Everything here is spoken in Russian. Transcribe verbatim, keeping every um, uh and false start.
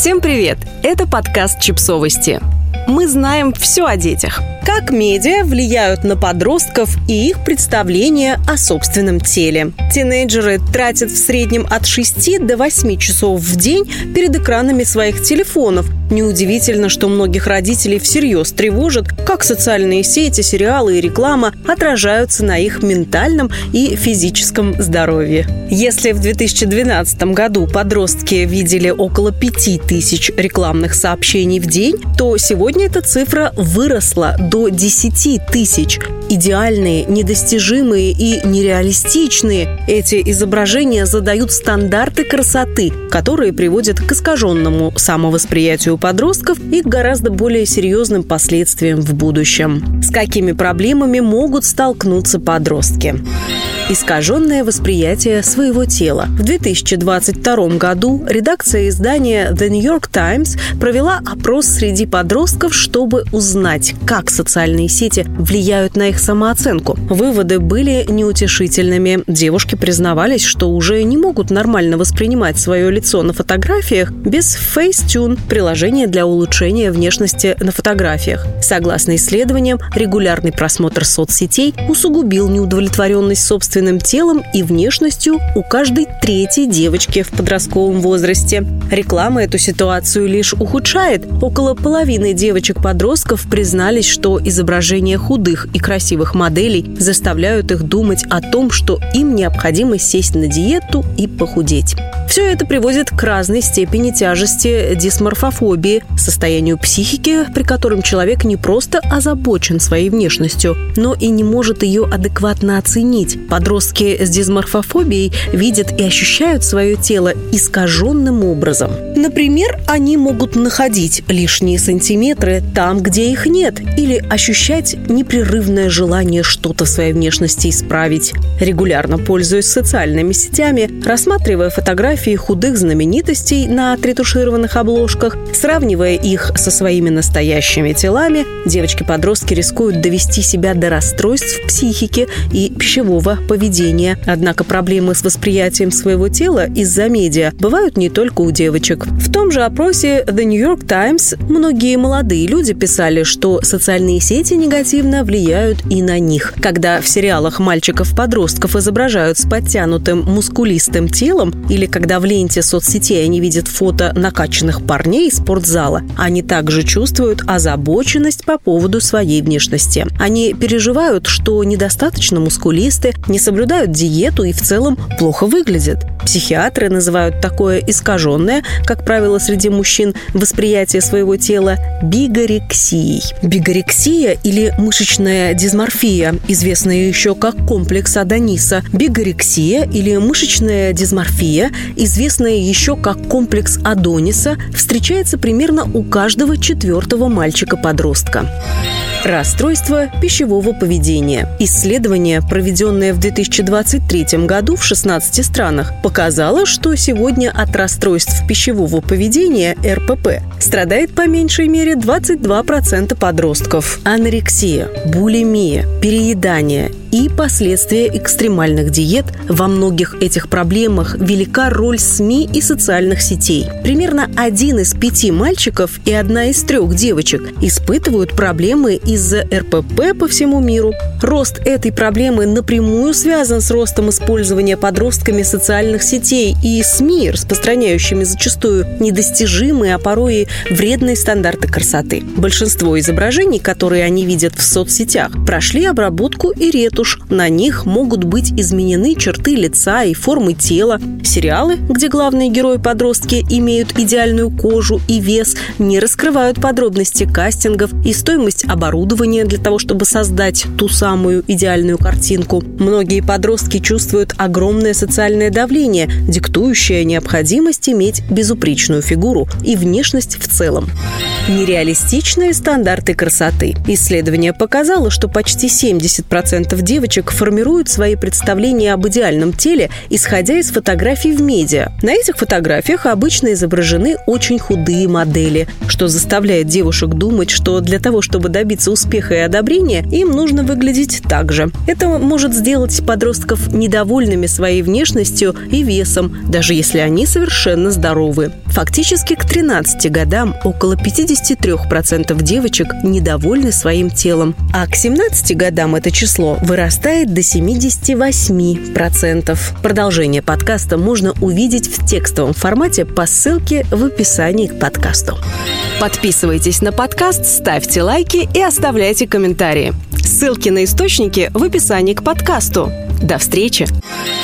Всем привет! Это подкаст «Чипсовости». Мы знаем все о детях. Как медиа влияют на подростков и их представления о собственном теле. Тинейджеры тратят в среднем от шести до восьми часов в день перед экранами своих телефонов. Неудивительно, что многих родителей всерьез тревожит, как социальные сети, сериалы и реклама отражаются на их ментальном и физическом здоровье. Если в две тысячи двенадцатом году подростки видели около пяти тысяч рекламных сообщений в день, то сегодня эта цифра выросла до десяти тысяч. Идеальные, недостижимые и нереалистичные эти изображения задают стандарты красоты, которые приводят к искаженному самовосприятию подростков и к гораздо более серьезным последствиям в будущем. С какими проблемами могут столкнуться подростки? Искаженное восприятие своего тела. В две тысячи двадцать втором году редакция издания The New York Times провела опрос среди подростков, чтобы узнать, как социальные сети влияют на их самооценку. Выводы были неутешительными. Девушки признавались, что уже не могут нормально воспринимать свое лицо на фотографиях без Facetune, приложения для улучшения внешности на фотографиях. Согласно исследованиям, регулярный просмотр соцсетей усугубил неудовлетворенность собственной телом и внешностью у каждой третьей девочки в подростковом возрасте. Реклама эту ситуацию лишь ухудшает. Около половины девочек-подростков признались, что изображения худых и красивых моделей заставляют их думать о том, что им необходимо сесть на диету и похудеть. Все это приводит к разной степени тяжести дисморфофобии, состоянию психики, при котором человек не просто озабочен своей внешностью, но и не может ее адекватно оценить. Подростки с дисморфофобией видят и ощущают свое тело искаженным образом. Например, они могут находить лишние сантиметры там, где их нет, или ощущать непрерывное желание что-то в своей внешности исправить. Регулярно пользуясь социальными сетями, рассматривая фотографии худых знаменитостей на отретушированных обложках, сравнивая их со своими настоящими телами, девочки-подростки рискуют довести себя до расстройств психики и пищевого поведения. Однако проблемы с восприятием своего тела из-за медиа бывают не только у девочек. В том же опросе The New York Times многие молодые люди писали, что социальные сети негативно влияют и на них. Когда в сериалах мальчиков-подростков изображают с подтянутым мускулистым телом, или когда в ленте соцсетей они видят фото накачанных парней из спортзала, они также чувствуют озабоченность по поводу своей внешности. Они переживают, что недостаточно мускулисты, не соблюдают диету и в целом плохо выглядят. Психиатры называют такое искаженное, как правило, среди мужчин, восприятие своего тела бигорексией. Бигорексия или мышечная дисморфия, известная еще как комплекс Адониса. Бигорексия или мышечная дисморфия, известная еще как комплекс Адониса, встречается примерно у каждого четвертого мальчика-подростка. Расстройство пищевого поведения. Исследование, проведенное в две тысячи двадцать третьем году в шестнадцати странах, показало, что сегодня от расстройств пищевого поведения эр пэ пэ страдает по меньшей мере двадцать два процента подростков. Анорексия, булимия, переедание и последствия экстремальных диет. Во многих этих проблемах велика роль СМИ и социальных сетей. Примерно один из пяти мальчиков и одна из трех девочек испытывают проблемы из-за эр пэ пэ по всему миру. Рост этой проблемы напрямую связан с ростом использования подростками социальных сетей и СМИ, распространяющими зачастую недостижимые, а порой и вредные стандарты красоты. Большинство изображений, которые они видят в соцсетях, прошли обработку и ретушь. На них могут быть изменены черты лица и формы тела. Сериалы, где главные герои-подростки имеют идеальную кожу и вес, не раскрывают подробности кастингов и стоимость оборудования для того, чтобы создать ту самую идеальную картинку. Многие подростки чувствуют огромное социальное давление, диктующее необходимость иметь безупречную фигуру и внешность в целом. Нереалистичные стандарты красоты. Исследование показало, что почти семьдесят процентов девочек формируют свои представления об идеальном теле, исходя из фотографий в медиа. На этих фотографиях обычно изображены очень худые модели, что заставляет девушек думать, что для того, чтобы добиться успеха и одобрения, им нужно выглядеть так же. Это может сделать подростков недовольными своей внешностью и весом, даже если они совершенно здоровы. Фактически к тринадцати годам около пятьдесят три процента девочек недовольны своим телом, а к семнадцати годам это число вырастает до семьдесят восемь процентов. Продолжение подкаста можно увидеть в текстовом формате по ссылке в описании к подкасту. Подписывайтесь на подкаст, ставьте лайки и оставляйте комментарии. Ссылки на источники в описании к подкасту. До встречи!